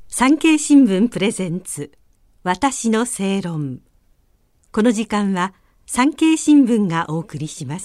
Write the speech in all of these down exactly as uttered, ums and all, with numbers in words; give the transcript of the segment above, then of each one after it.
産経新聞プレゼンツ私の正論。この時間は産経新聞がお送りします。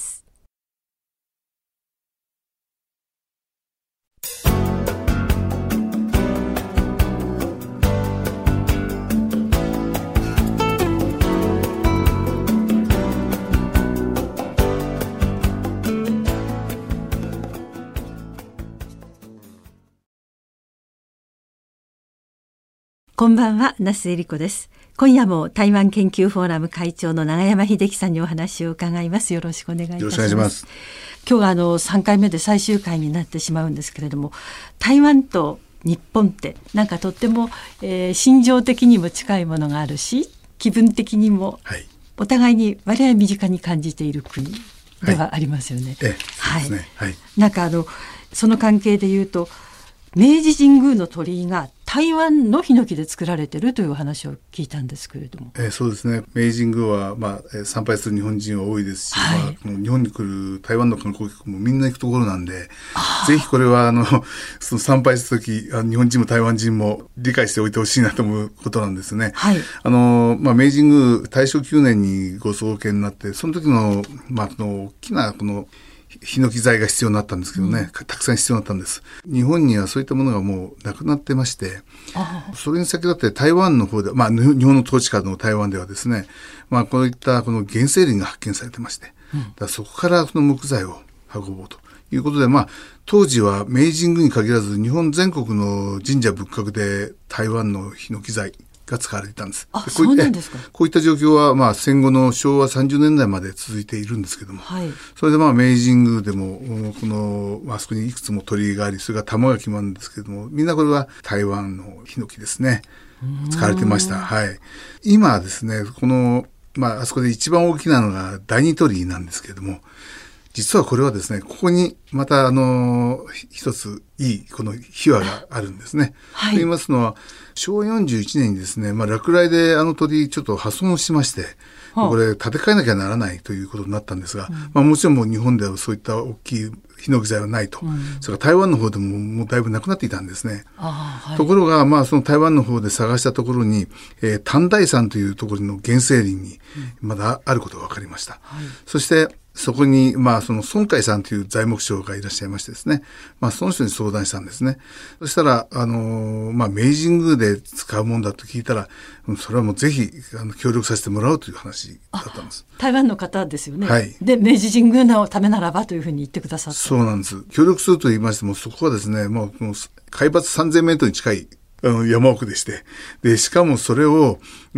こんばんは、那須恵理子です。今夜も台湾研究フォーラム会長の永山秀樹さんにお話を伺います。よろしくお願いいたします。 よろしくお願いします。 今日はあのさんかいめで最終回になってしまうんですけれども、台湾と日本ってなんかとっても、えー、心情的にも近いものがあるし、気分的にもお互いに我々身近に感じている国ではありますよね。 はい、ええ、そうですね。はい。 なんかあのその関係でいうと、明治神宮の鳥居が台湾のヒノキで作られているという話を聞いたんですけれども、 えー、そうですね。明治神宮は、まあ、参拝する日本人は多いですし、はい、まあ、この日本に来る台湾の観光客もみんな行くところなんで、ぜひこれはあのその参拝するとき、あの日本人も台湾人も理解しておいてほしいなと思うことなんですね。はい、あのまあ、明治神宮大正きゅうねんにご創建になって、その時の、まあ、の大きなこのヒノキ材が必要になったんですけどね、うん、たくさん必要になったんです。日本にはそういったものがもうなくなってまして、それに先立って台湾の方で、まあ、日本の統治下の台湾ではですね、まあ、こういったこの原生林が発見されてまして、うん、だからそこからその木材を運ぼうということで、まあ、当時は明治神宮に限らず日本全国の神社仏閣で台湾のヒノキ材が使われていたんです。 あ、そうなんですか。 こういった状況は、まあ、戦後のしょうわさんじゅうねんだいまで続いているんですけども、はい、それでまあ明治神宮でもこのあそこにいくつも鳥居があり、それが玉垣もあるんですけども、みんなこれは台湾のヒノキですね、使われてました。はい。今ですね、この、まあ、あそこで一番大きなのが第二鳥居なんですけれども、実はこれはですね、ここにまたあの一ついいこの秘話があるんですね。はい、と言いますのは、しょうわよんじゅういちねんにですね、まあ、落雷であの鳥居ちょっと破損しまして、はあ、これ建て替えなきゃならないということになったんですが、うん、まあ、もちろんもう日本ではそういった大きいヒノキ材はないと、うん、それから台湾の方でももうだいぶなくなっていたんですね。あ、はい、ところが、まあ、その台湾の方で探したところに、えー、丹大山というところの原生林にまだあることが分かりました。うん、はい、そしてそこに、まあ、その孫海さんという材木商がいらっしゃいましてですね、まあ、その人に相談したんですね。そしたら、あのー、まあ、明治神宮で使うもんだと聞いたら、それはもうぜひ、あの、協力させてもらうという話だったんです。 台湾の方ですよね。 はい。 で、明治神宮のためならばというふうに言ってくださった。 そうなんです。協力すると言いましても、そこはですね、もう、もう海抜さんぜんメートルに近い、あの山奥でして、で、しかもそれを、うん、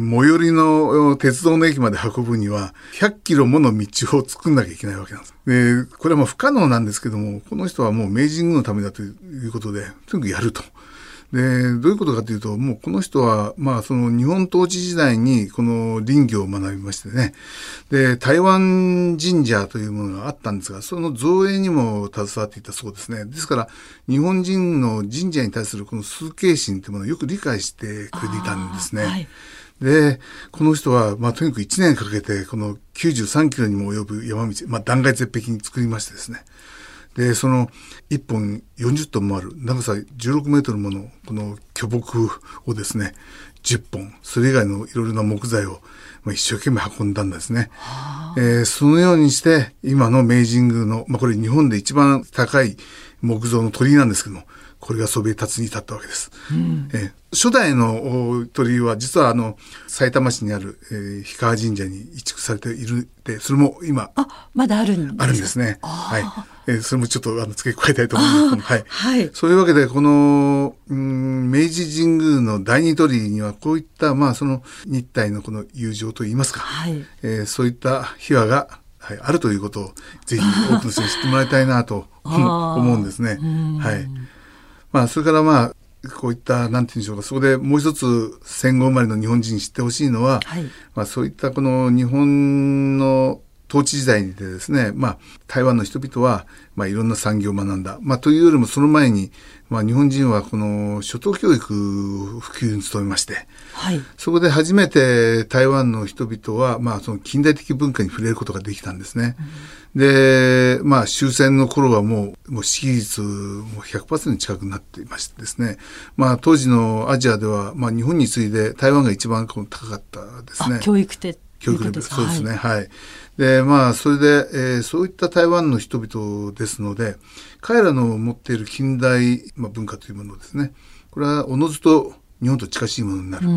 最寄りの鉄道の駅まで運ぶには、ひゃっキロもの道を作んなきゃいけないわけなんです。で、これはもう不可能なんですけども、この人はもう明治神宮のためだということで、とにかくやると。で、どういうことかというと、もうこの人は、まあ、その日本統治時代にこの林業を学びましてね。で、台湾神社というものがあったんですが、その造営にも携わっていたそうですね。ですから、日本人の神社に対するこの崇敬心というものをよく理解してくれていたんですね。はい、で、この人は、まあ、とにかくいちねんかけて、このきゅうじゅうさんキロにも及ぶ山道、まあ、断崖絶壁に作りましてですね。で、そのいっぽんよんじゅっトンもある長さじゅうろくメートルものこの巨木をですね、じゅっぽん、それ以外のいろいろな木材を一生懸命運んだんですね。えー、そのようにして今の明治神宮の、まあ、これ日本で一番高い木造の鳥居なんですけども、これがそびえ立つに至ったわけです。うん、えー、初代の鳥居は実はあの埼玉市にある、えー、氷川神社に移築されているで、それも今あまだあるんですか？ あるんですね。はい。えー、それもちょっとあの付け加えたいと思うんですけども、はい。 はい。 そういうわけでこのうん明治神宮の第二鳥居にはこういったまあその日台のこの友情といいますか、はい、えー、そういった秘話が、はい、あるということをぜひ多くの人に知ってもらいたいなと思うんですね。はい。まあ、それからまあ、こういった、なんていうんでしょうか、そこでもう一つ戦後生まれの日本人に知ってほしいのは、はい、まあ、そういったこの日本の統治時代にでですね、まあ、台湾の人々は、まあ、いろんな産業を学んだ。まあ、というよりもその前に、 まあ、日本人はこの初等教育普及に努めまして、 はい、そこで初めて台湾の人々は、まあ、その近代的文化に触れることができたんですね。うん、で、まあ、終戦の頃はもう、もう識字率も ひゃくパーセント 近くなっていましてですね、まあ、当時のアジアでは、まあ、日本に次いで台湾が一番高かったですね。 教育って教育レベル、そうですね。はい。はい、で、まあ、それで、えー、そういった台湾の人々ですので、彼らの持っている近代、まあ、文化というものですね。これはおのずと日本と近しいものになる。うん、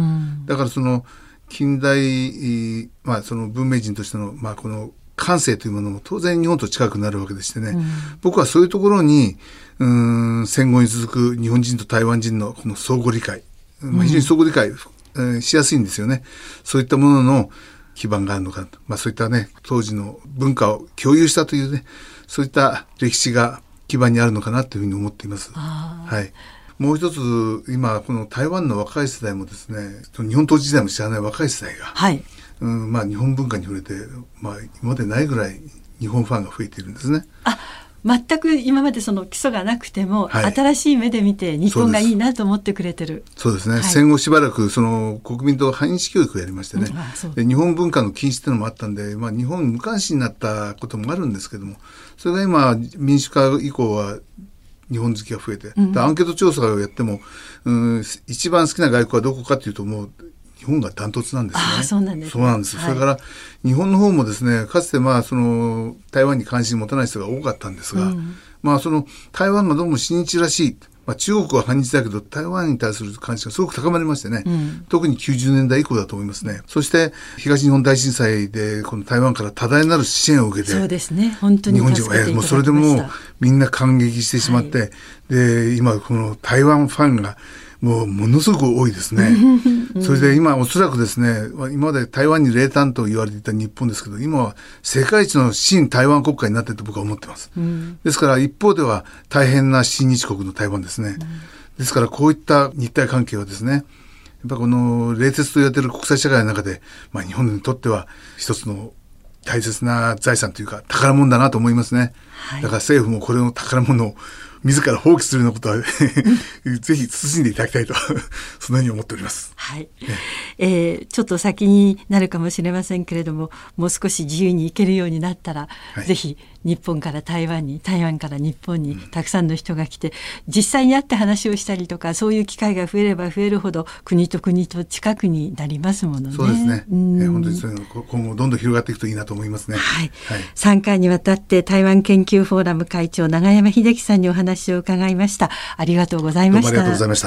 だからその近代、まあ、その文明人としての、まあ、この感性というものも当然日本と近くなるわけでしてね。うん、僕はそういうところに、うーん、戦後に続く日本人と台湾人のこの相互理解、まあ、非常に相互理解、うんえー、しやすいんですよね。そういったものの基盤があるのかと、まあ、そういったね当時の文化を共有したというねそういった歴史が基盤にあるのかなというふうに思っています。はい。もう一つ今この台湾の若い世代もですね日本統治時代も知らない若い世代が、はいうんまあ、日本文化に触れて、まあ、今までないぐらい日本ファンが増えているんですね。 あ全く今までその基礎がなくても、はい、新しい目で見て日本がいいなと思ってくれてる。 そうですね、はい、戦後しばらくその国民と反日教育をやりましてね、うん、で日本文化の禁止っていうのもあったんで、まあ、日本無関心になったこともあるんですけどもそれが今民主化以降は日本好きが増えて、うん、アンケート調査をやっても、うん、一番好きな外国はどこかというともう日本がダントツなんですね。 あ、そうなんですね。 そうなんです。はい、それから日本の方もですねかつてまあその台湾に関心を持たない人が多かったんですが、うんまあ、その台湾がどうも親日らしい、まあ、中国は反日だけど台湾に対する関心がすごく高まりましてね、うん、特にきゅうじゅうねんだい以降だと思いますね。そして東日本大震災でこの台湾から多大なる支援を受けてそうですね本当に助けていただきました。 日本人はもうそれでもうみんな感激してしまって、はい、で今この台湾ファンがもうものすごく多いですね。うん、それで今おそらくですね今まで台湾に冷淡と言われていた日本ですけど今は世界一の親台湾国家になっていると僕は思っています。うん、ですから一方では大変な親日国の台湾ですね。うん、ですからこういった日台関係はですねやっぱこの冷徹と言われている国際社会の中で、まあ、日本にとっては一つの大切な財産というか宝物だなと思いますね。はい、だから政府もこれの宝物を自ら放棄するようなことはぜひ慎んでいただきたいとそのように思っております。 はい、えー、ちょっと先になるかもしれませんけれどももう少し自由に行けるようになったら、はい、ぜひ日本から台湾に台湾から日本にたくさんの人が来て、うん、実際に会って話をしたりとかそういう機会が増えれば増えるほど国と国と近くになりますものね。 そうですね、うん、えー、本当にそういうの今後どんどん広がっていくといいなと思いますね。 はいはい、さんかいにわたって台湾研究フォーラム会長永山秀樹さんにお話を伺いました。ありがとうございました。 どうもありがとうございました。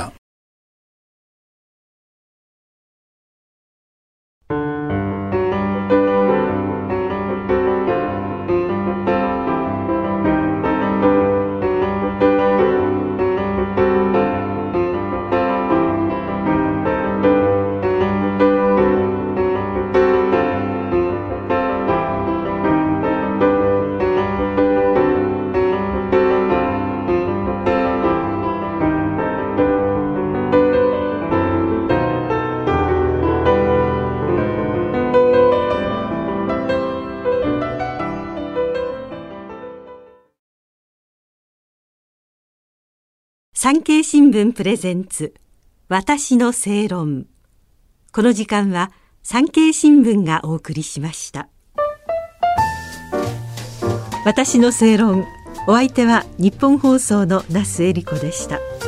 産経新聞プレゼンツ私の正論。この時間は産経新聞がお送りしました。私の正論、お相手は日本放送の那須恵理子でした。